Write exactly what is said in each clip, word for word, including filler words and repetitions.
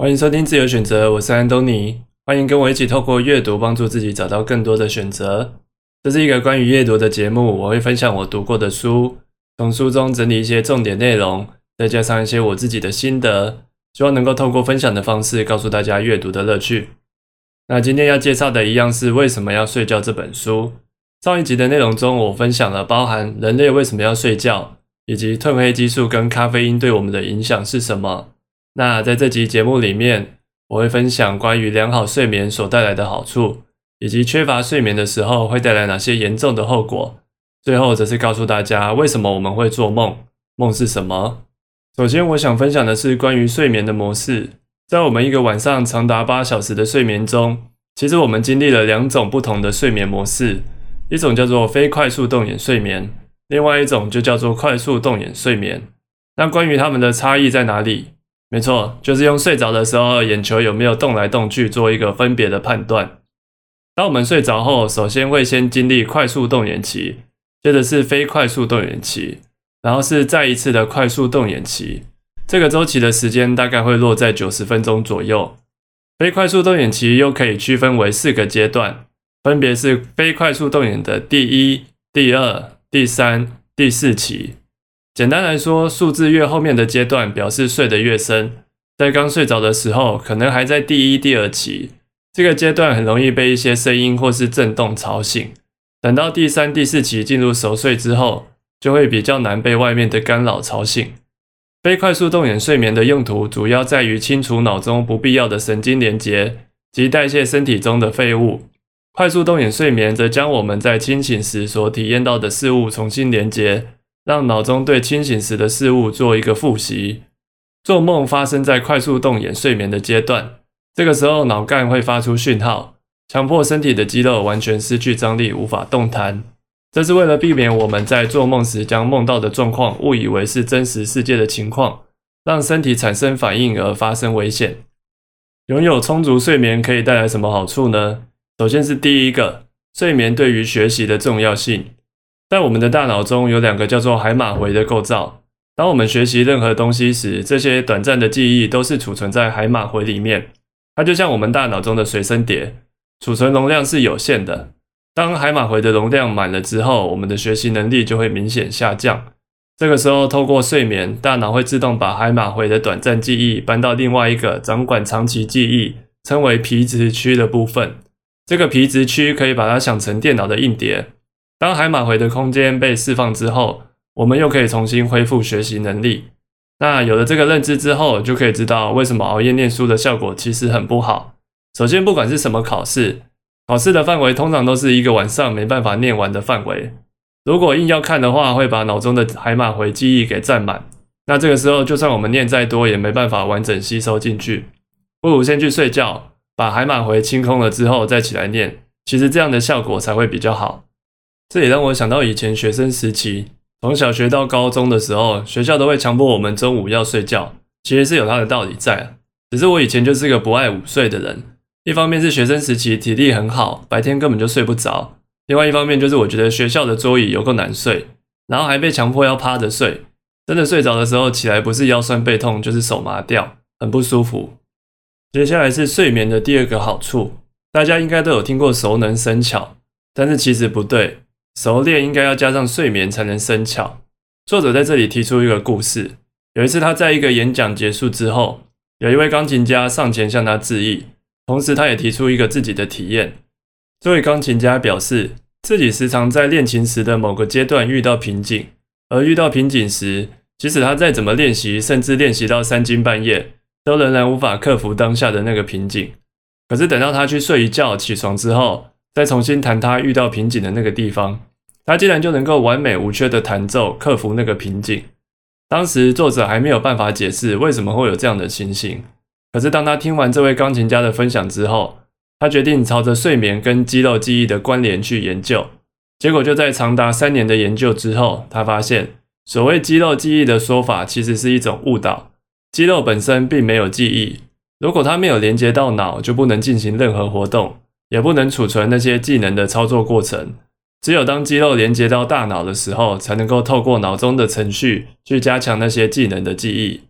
欢迎收听自由选择，我是安东尼。欢迎跟我一起透过阅读帮助自己找到更多的选择。这是一个关于阅读的节目，我会分享我读过的书，从书中整理一些重点内容，再加上一些我自己的心得，希望能够透过分享的方式告诉大家阅读的乐趣。那今天要介绍的一样是为什么要睡觉这本书。上一集的内容中，我分享了包含人类为什么要睡觉，以及褪黑激素跟咖啡因对我们的影响是什么。那在这集节目里面，我会分享关于良好睡眠所带来的好处，以及缺乏睡眠的时候会带来哪些严重的后果。最后则是告诉大家为什么我们会做梦，梦是什么。首先我想分享的是关于睡眠的模式。在我们一个晚上长达八小时的睡眠中，其实我们经历了两种不同的睡眠模式，一种叫做非快速动眼睡眠，另外一种就叫做快速动眼睡眠。那关于它们的差异在哪里？没错，就是用睡着的时候眼球有没有动来动去做一个分别的判断。当我们睡着后，首先会先经历快速动眼期，接着是非快速动眼期，然后是再一次的快速动眼期。这个周期的时间大概会落在九十分钟左右。非快速动眼期又可以区分为四个阶段，分别是非快速动眼的第一、第二、第三、第四期。简单来说，数字越后面的阶段表示睡得越深。在刚睡着的时候，可能还在第一、第二期，这个阶段很容易被一些声音或是震动吵醒。等到第三、第四期进入熟睡之后，就会比较难被外面的干扰吵醒。非快速动眼睡眠的用途主要在于清除脑中不必要的神经连结及代谢身体中的废物。快速动眼睡眠则将我们在清醒时所体验到的事物重新连结，让脑中对清醒时的事物做一个复习。做梦发生在快速动眼睡眠的阶段，这个时候脑干会发出讯号，强迫身体的肌肉完全失去张力，无法动弹。这是为了避免我们在做梦时将梦到的状况误以为是真实世界的情况，让身体产生反应而发生危险。拥有充足睡眠可以带来什么好处呢？首先是第一个，睡眠对于学习的重要性。在我们的大脑中有两个叫做海马回的构造，当我们学习任何东西时，这些短暂的记忆都是储存在海马回里面。它就像我们大脑中的随身碟，储存容量是有限的。当海马回的容量满了之后，我们的学习能力就会明显下降。这个时候透过睡眠，大脑会自动把海马回的短暂记忆搬到另外一个掌管长期记忆，称为皮质区的部分。这个皮质区可以把它想成电脑的硬碟。当海马回的空间被释放之后，我们又可以重新恢复学习能力。那有了这个认知之后，就可以知道为什么熬夜念书的效果其实很不好。首先，不管是什么考试，考试的范围通常都是一个晚上没办法念完的范围。如果硬要看的话，会把脑中的海马回记忆给占满。那这个时候，就算我们念再多，也没办法完整吸收进去。不如先去睡觉，把海马回清空了之后再起来念，其实这样的效果才会比较好。这也让我想到以前学生时期，从小学到高中的时候，学校都会强迫我们中午要睡觉，其实是有它的道理在啊。只是我以前就是个不爱午睡的人，一方面是学生时期体力很好，白天根本就睡不着，另外一方面就是我觉得学校的桌椅有够难睡，然后还被强迫要趴着睡，真的睡着的时候起来不是腰酸背痛就是手麻掉，很不舒服。接下来是睡眠的第二个好处，大家应该都有听过熟能生巧，但是其实不对。熟练应该要加上睡眠才能生巧。作者在这里提出一个故事，有一次他在一个演讲结束之后，有一位钢琴家上前向他致意，同时他也提出一个自己的体验。这位钢琴家表示，自己时常在练琴时的某个阶段遇到瓶颈，而遇到瓶颈时，即使他再怎么练习，甚至练习到三更半夜，都仍然无法克服当下的那个瓶颈。可是等到他去睡一觉起床之后，再重新弹他遇到瓶颈的那个地方，他竟然就能够完美无缺的弹奏，克服那个瓶颈。当时作者还没有办法解释为什么会有这样的情形，可是当他听完这位钢琴家的分享之后，他决定朝着睡眠跟肌肉记忆的关联去研究。结果就在长达三年的研究之后，他发现所谓肌肉记忆的说法其实是一种误导。肌肉本身并没有记忆，如果它没有连接到脑，就不能进行任何活动，也不能储存那些技能的操作过程。只有当肌肉连接到大脑的时候，才能够透过脑中的程序去加强那些技能的记忆。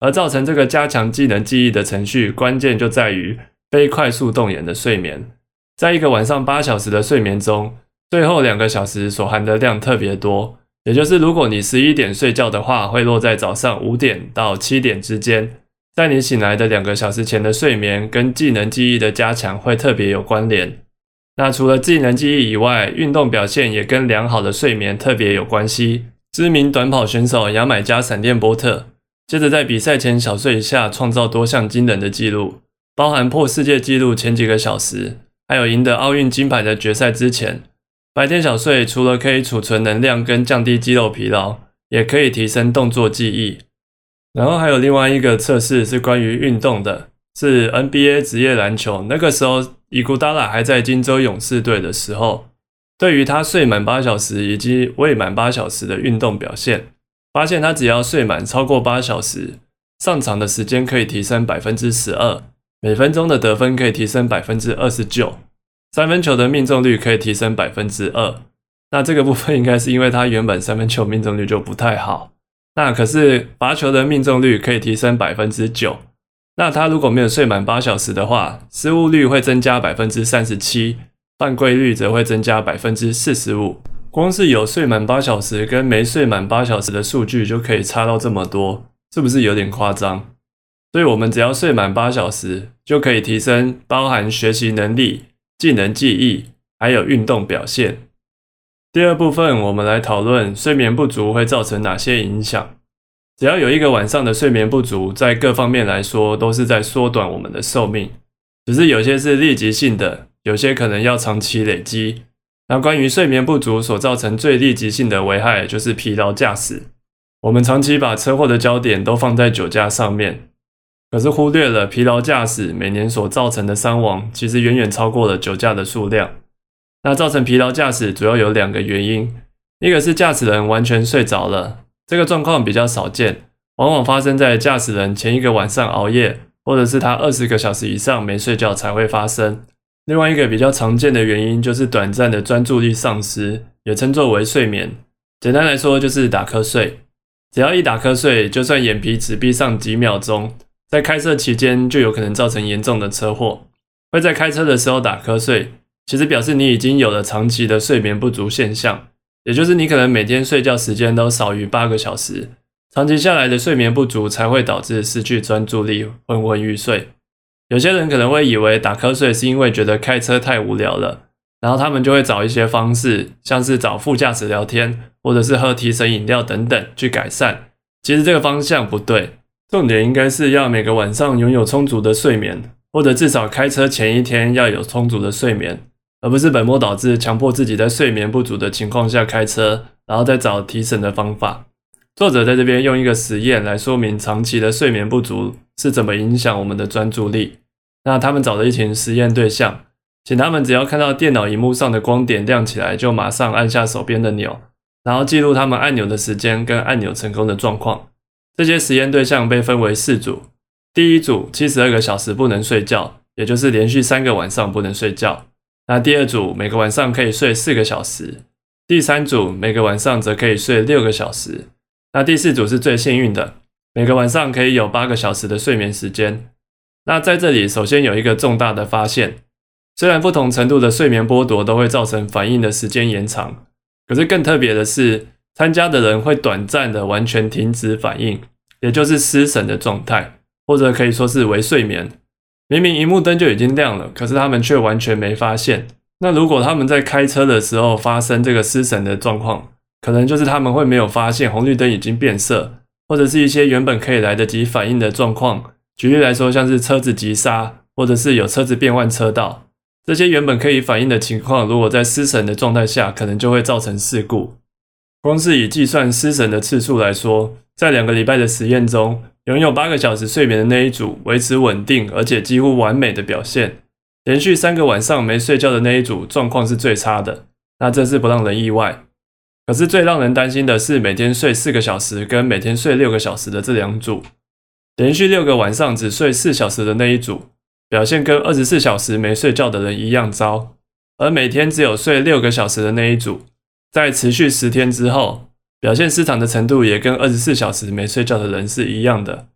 而造成这个加强技能记忆的程序，关键就在于非快速动眼的睡眠。在一个晚上八小时的睡眠中，最后两个小时所含的量特别多，也就是如果你十一点睡觉的话，会落在早上五点到七点之间。在你醒来的两个小时前的睡眠跟技能记忆的加强会特别有关联。那除了技能记忆以外，运动表现也跟良好的睡眠特别有关系。知名短跑选手牙买加闪电波特接着在比赛前小睡一下，创造多项惊人的纪录，包含破世界纪录前几个小时，还有赢得奥运金牌的决赛之前。白天小睡除了可以储存能量跟降低肌肉疲劳，也可以提升动作记忆。然后还有另外一个测试是关于运动的，是 N B A 职业篮球，那个时候伊古达拉还在金州勇士队的时候，对于他睡满八小时以及未满八小时的运动表现，发现他只要睡满超过八小时，上场的时间可以提升 百分之十二， 每分钟的得分可以提升 百分之二十九， 三分球的命中率可以提升 百分之二。 那这个部分应该是因为他原本三分球命中率就不太好，那可是罚球的命中率可以提升 百分之九。 那他如果没有睡满八小时的话，失误率会增加 百分之三十七， 犯规率则会增加 百分之四十五。光是有睡满八小时跟没睡满八小时的数据就可以差到这么多，是不是有点夸张？所以我们只要睡满八小时，就可以提升包含学习能力、技能记忆，还有运动表现。第二部分我们来讨论睡眠不足会造成哪些影响。只要有一个晚上的睡眠不足，在各方面来说都是在缩短我们的寿命，只是有些是立即性的，有些可能要长期累积。那关于睡眠不足所造成最立即性的危害，就是疲劳驾驶。我们长期把车祸的焦点都放在酒驾上面，可是忽略了疲劳驾驶每年所造成的伤亡，其实远远超过了酒驾的数量。那造成疲劳驾驶主要有两个原因，一个是驾驶人完全睡着了，这个状况比较少见，往往发生在驾驶人前一个晚上熬夜，或者是他二十个小时以上没睡觉才会发生。另外一个比较常见的原因就是短暂的专注力丧失，也称作为睡眠。简单来说就是打瞌睡。只要一打瞌睡，就算眼皮只闭上几秒钟，在开车期间就有可能造成严重的车祸。会在开车的时候打瞌睡，其实表示你已经有了长期的睡眠不足现象，也就是你可能每天睡觉时间都少于八个小时，长期下来的睡眠不足才会导致失去专注力、昏昏欲睡。有些人可能会以为打瞌睡是因为觉得开车太无聊了，然后他们就会找一些方式，像是找副驾驶聊天，或者是喝提神饮料等等去改善。其实这个方向不对，重点应该是要每个晚上拥有充足的睡眠，或者至少开车前一天要有充足的睡眠，而不是本末倒置强迫自己在睡眠不足的情况下开车，然后再找提神的方法。作者在这边用一个实验来说明长期的睡眠不足是怎么影响我们的专注力。那他们找了一群实验对象，请他们只要看到电脑萤幕上的光点亮起来，就马上按下手边的钮，然后记录他们按钮的时间跟按钮成功的状况。这些实验对象被分为四组，第一组七十二个小时不能睡觉，也就是连续三个晚上不能睡觉。那第二组每个晚上可以睡四个小时，第三组每个晚上则可以睡六个小时。那第四组是最幸运的，每个晚上可以有八个小时的睡眠时间。那在这里首先有一个重大的发现，虽然不同程度的睡眠剥夺都会造成反应的时间延长，可是更特别的是，参加的人会短暂的完全停止反应，也就是失神的状态，或者可以说是微睡眠。明明萤幕灯就已经亮了，可是他们却完全没发现。那如果他们在开车的时候发生这个失神的状况，可能就是他们会没有发现红绿灯已经变色，或者是一些原本可以来得及反应的状况。举例来说，像是车子急刹，或者是有车子变换车道，这些原本可以反应的情况，如果在失神的状态下，可能就会造成事故。光是以计算失神的次数来说，在两个礼拜的实验中，拥有八个小时睡眠的那一组维持稳定而且几乎完美的表现，连续三个晚上没睡觉的那一组状况是最差的，那这是不让人意外。可是最让人担心的是每天睡四个小时跟每天睡六个小时的这两组，连续六个晚上只睡四小时的那一组，表现跟二十四小时没睡觉的人一样糟，而每天只有睡六个小时的那一组，在持续十天之后，表现失常的程度也跟二十四小时没睡觉的人是一样的。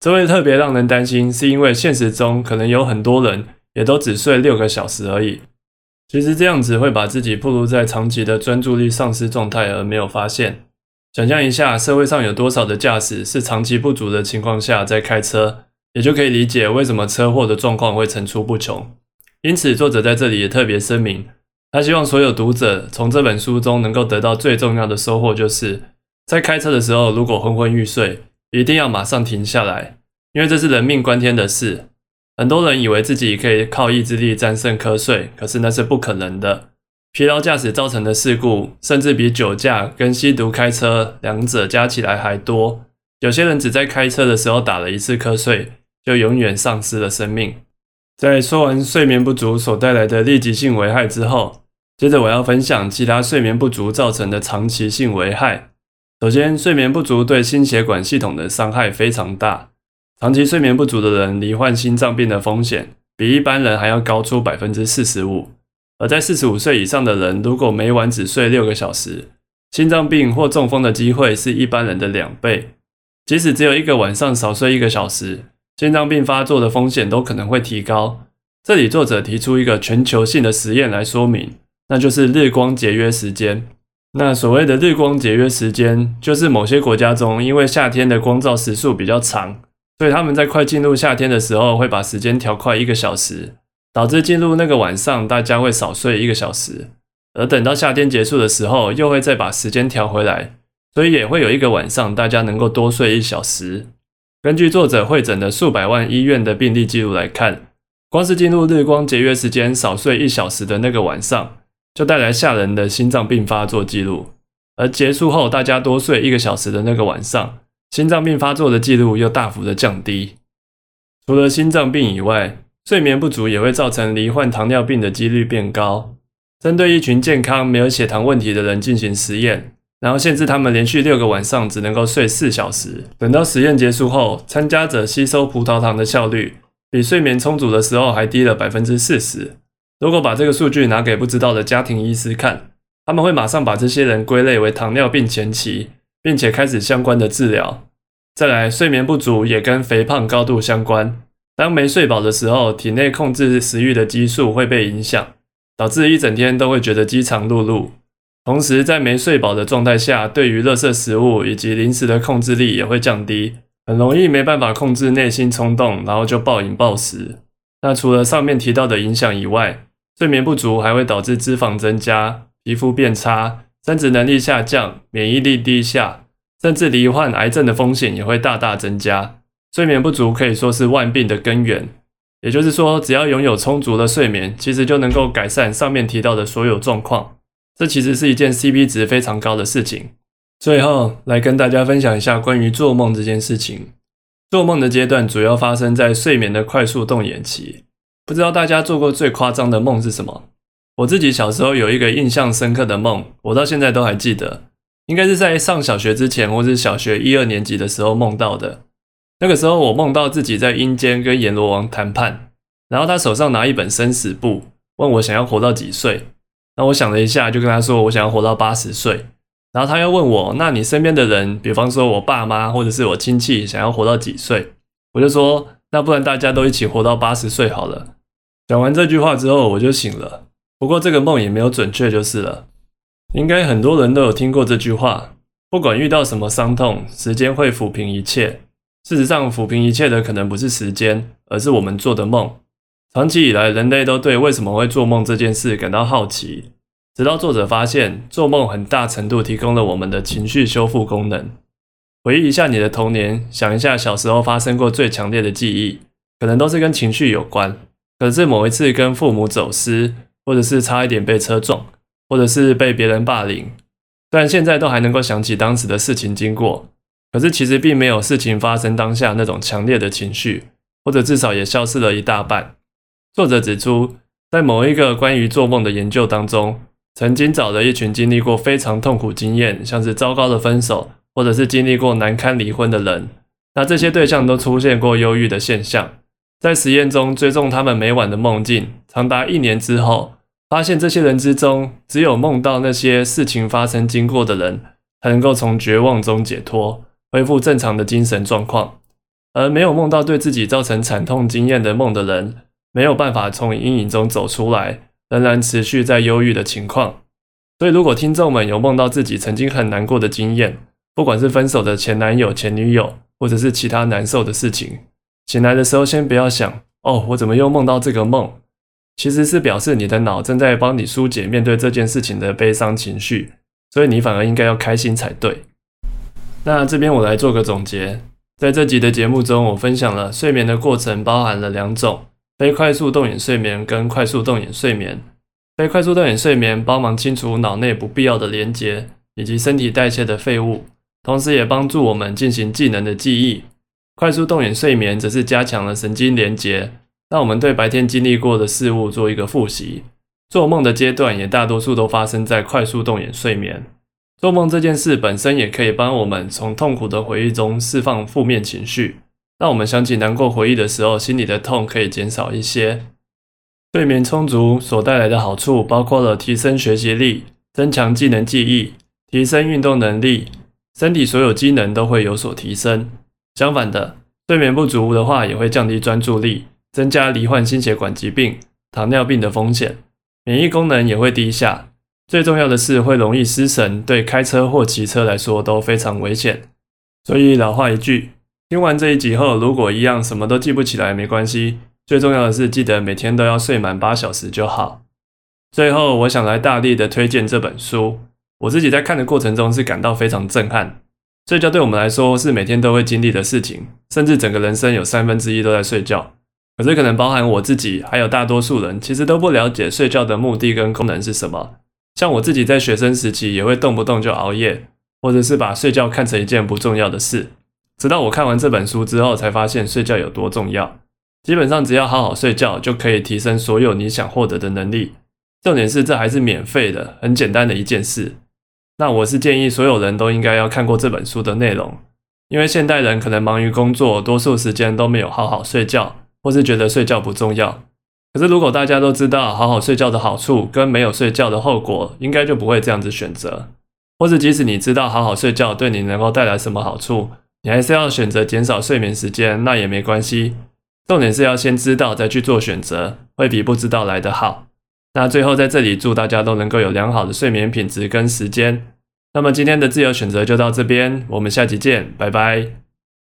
这会特别让人担心，是因为现实中可能有很多人也都只睡六个小时而已。其实这样子会把自己暴露在长期的专注力丧失状态而没有发现。想象一下，社会上有多少的驾驶是长期不足的情况下在开车，也就可以理解为什么车祸的状况会层出不穷。因此作者在这里也特别声明，他希望所有读者从这本书中能够得到最重要的收获，就是在开车的时候如果昏昏欲睡，一定要马上停下来，因为这是人命关天的事。很多人以为自己可以靠意志力战胜瞌睡，可是那是不可能的。疲劳驾驶造成的事故，甚至比酒驾跟吸毒开车两者加起来还多。有些人只在开车的时候打了一次瞌睡，就永远丧失了生命。在说完睡眠不足所带来的立即性危害之后，接着我要分享其他睡眠不足造成的长期性危害。首先，睡眠不足对心血管系统的伤害非常大。长期睡眠不足的人罹患心脏病的风险比一般人还要高出 百分之四十五， 而在四十五岁以上的人，如果每晚只睡六个小时，心脏病或中风的机会是一般人的两倍。即使只有一个晚上少睡一个小时，心脏病发作的风险都可能会提高。这里作者提出一个全球性的实验来说明，那就是日光节约时间。那所谓的日光节约时间，就是某些国家中因为夏天的光照时数比较长，所以他们在快进入夏天的时候会把时间调快一个小时，导致进入那个晚上大家会少睡一个小时，而等到夏天结束的时候又会再把时间调回来，所以也会有一个晚上大家能够多睡一小时。根据作者汇整的数百万医院的病例记录来看，光是进入日光节约时间少睡一小时的那个晚上，就带来吓人的心脏病发作记录，而结束后大家多睡一个小时的那个晚上，心脏病发作的记录又大幅的降低。除了心脏病以外，睡眠不足也会造成罹患糖尿病的几率变高。针对一群健康没有血糖问题的人进行实验，然后限制他们连续六个晚上只能够睡四小时。等到实验结束后，参加者吸收葡萄糖的效率比睡眠充足的时候还低了 百分之四十。如果把这个数据拿给不知道的家庭医师看，他们会马上把这些人归类为糖尿病前期，并且开始相关的治疗。再来，睡眠不足也跟肥胖高度相关。当没睡饱的时候，体内控制食欲的激素会被影响，导致一整天都会觉得饥肠辘辘。同时，在没睡饱的状态下，对于垃圾食物以及零食的控制力也会降低，很容易没办法控制内心冲动，然后就暴饮暴食。那除了上面提到的影响以外，睡眠不足还会导致脂肪增加、皮肤变差、生殖能力下降、免疫力低下，甚至罹患癌症的风险也会大大增加。睡眠不足可以说是万病的根源，也就是说，只要拥有充足的睡眠，其实就能够改善上面提到的所有状况。这其实是一件 C P 值非常高的事情。最后，来跟大家分享一下关于做梦这件事情。做梦的阶段主要发生在睡眠的快速动眼期。不知道大家做过最夸张的梦是什么？我自己小时候有一个印象深刻的梦，我到现在都还记得，应该是在上小学之前，或是小学一二年级的时候梦到的。那个时候我梦到自己在阴间跟阎罗王谈判，然后他手上拿一本生死簿，问我想要活到几岁。那我想了一下，就跟他说我想要活到八十岁。然后他又问我，那你身边的人，比方说我爸妈或者是我亲戚，想要活到几岁？我就说，那不然大家都一起活到八十岁好了。讲完这句话之后，我就醒了。不过这个梦也没有准确就是了。应该很多人都有听过这句话，不管遇到什么伤痛，时间会抚平一切。事实上，抚平一切的可能不是时间，而是我们做的梦。长期以来，人类都对为什么会做梦这件事感到好奇，直到作者发现，做梦很大程度提供了我们的情绪修复功能。回忆一下你的童年，想一下小时候发生过最强烈的记忆，可能都是跟情绪有关。可是某一次跟父母走失，或者是差一点被车撞，或者是被别人霸凌，虽然现在都还能够想起当时的事情经过，可是其实并没有事情发生当下那种强烈的情绪，或者至少也消失了一大半。作者指出，在某一个关于做梦的研究当中，曾经找了一群经历过非常痛苦经验，像是糟糕的分手，或者是经历过难堪离婚的人，那这些对象都出现过忧郁的现象。在实验中追踪他们每晚的梦境，长达一年之后，发现这些人之中，只有梦到那些事情发生经过的人，才能够从绝望中解脱，恢复正常的精神状况。 而没有梦到对自己造成惨痛经验的梦的人，没有办法从阴影中走出来，仍然持续在忧郁的情况。所以如果听众们有梦到自己曾经很难过的经验，不管是分手的前男友、前女友，或者是其他难受的事情，醒来的时候先不要想，哦，我怎么又梦到这个梦？其实是表示你的脑正在帮你疏解面对这件事情的悲伤情绪，所以你反而应该要开心才对。那这边我来做个总结，在这集的节目中，我分享了睡眠的过程包含了两种，非快速动眼睡眠跟快速动眼睡眠。非快速动眼睡眠帮忙清除脑内不必要的连结以及身体代谢的废物，同时也帮助我们进行技能的记忆。快速动眼睡眠则是加强了神经连结，让我们对白天经历过的事物做一个复习。做梦的阶段也大多数都发生在快速动眼睡眠。做梦这件事本身也可以帮我们从痛苦的回忆中释放负面情绪，让我们想起难过回忆的时候，心里的痛可以减少一些。睡眠充足所带来的好处包括了提升学习力、增强技能记忆、提升运动能力，身体所有机能都会有所提升。相反的，睡眠不足的话也会降低专注力，增加罹患心血管疾病、糖尿病的风险，免疫功能也会低下。最重要的是会容易失神，对开车或骑车来说都非常危险。所以老话一句，听完这一集后，如果一样什么都记不起来没关系，最重要的是记得每天都要睡满八小时就好。最后我想来大力的推荐这本书，我自己在看的过程中是感到非常震撼。睡觉对我们来说是每天都会经历的事情，甚至整个人生有三分之一都在睡觉。可是可能包含我自己还有大多数人其实都不了解睡觉的目的跟功能是什么。像我自己在学生时期也会动不动就熬夜，或者是把睡觉看成一件不重要的事，直到我看完这本书之后才发现睡觉有多重要。基本上只要好好睡觉就可以提升所有你想获得的能力，重点是这还是免费的，很简单的一件事。那我是建议所有人都应该要看过这本书的内容，因为现代人可能忙于工作，多数时间都没有好好睡觉，或是觉得睡觉不重要。可是如果大家都知道好好睡觉的好处跟没有睡觉的后果，应该就不会这样子选择。或是即使你知道好好睡觉对你能够带来什么好处，你还是要选择减少睡眠时间，那也没关系。重点是要先知道再去做选择，会比不知道来得好。那最后在这里祝大家都能够有良好的睡眠品质跟时间。那么今天的自由选择就到这边，我们下集见，拜拜。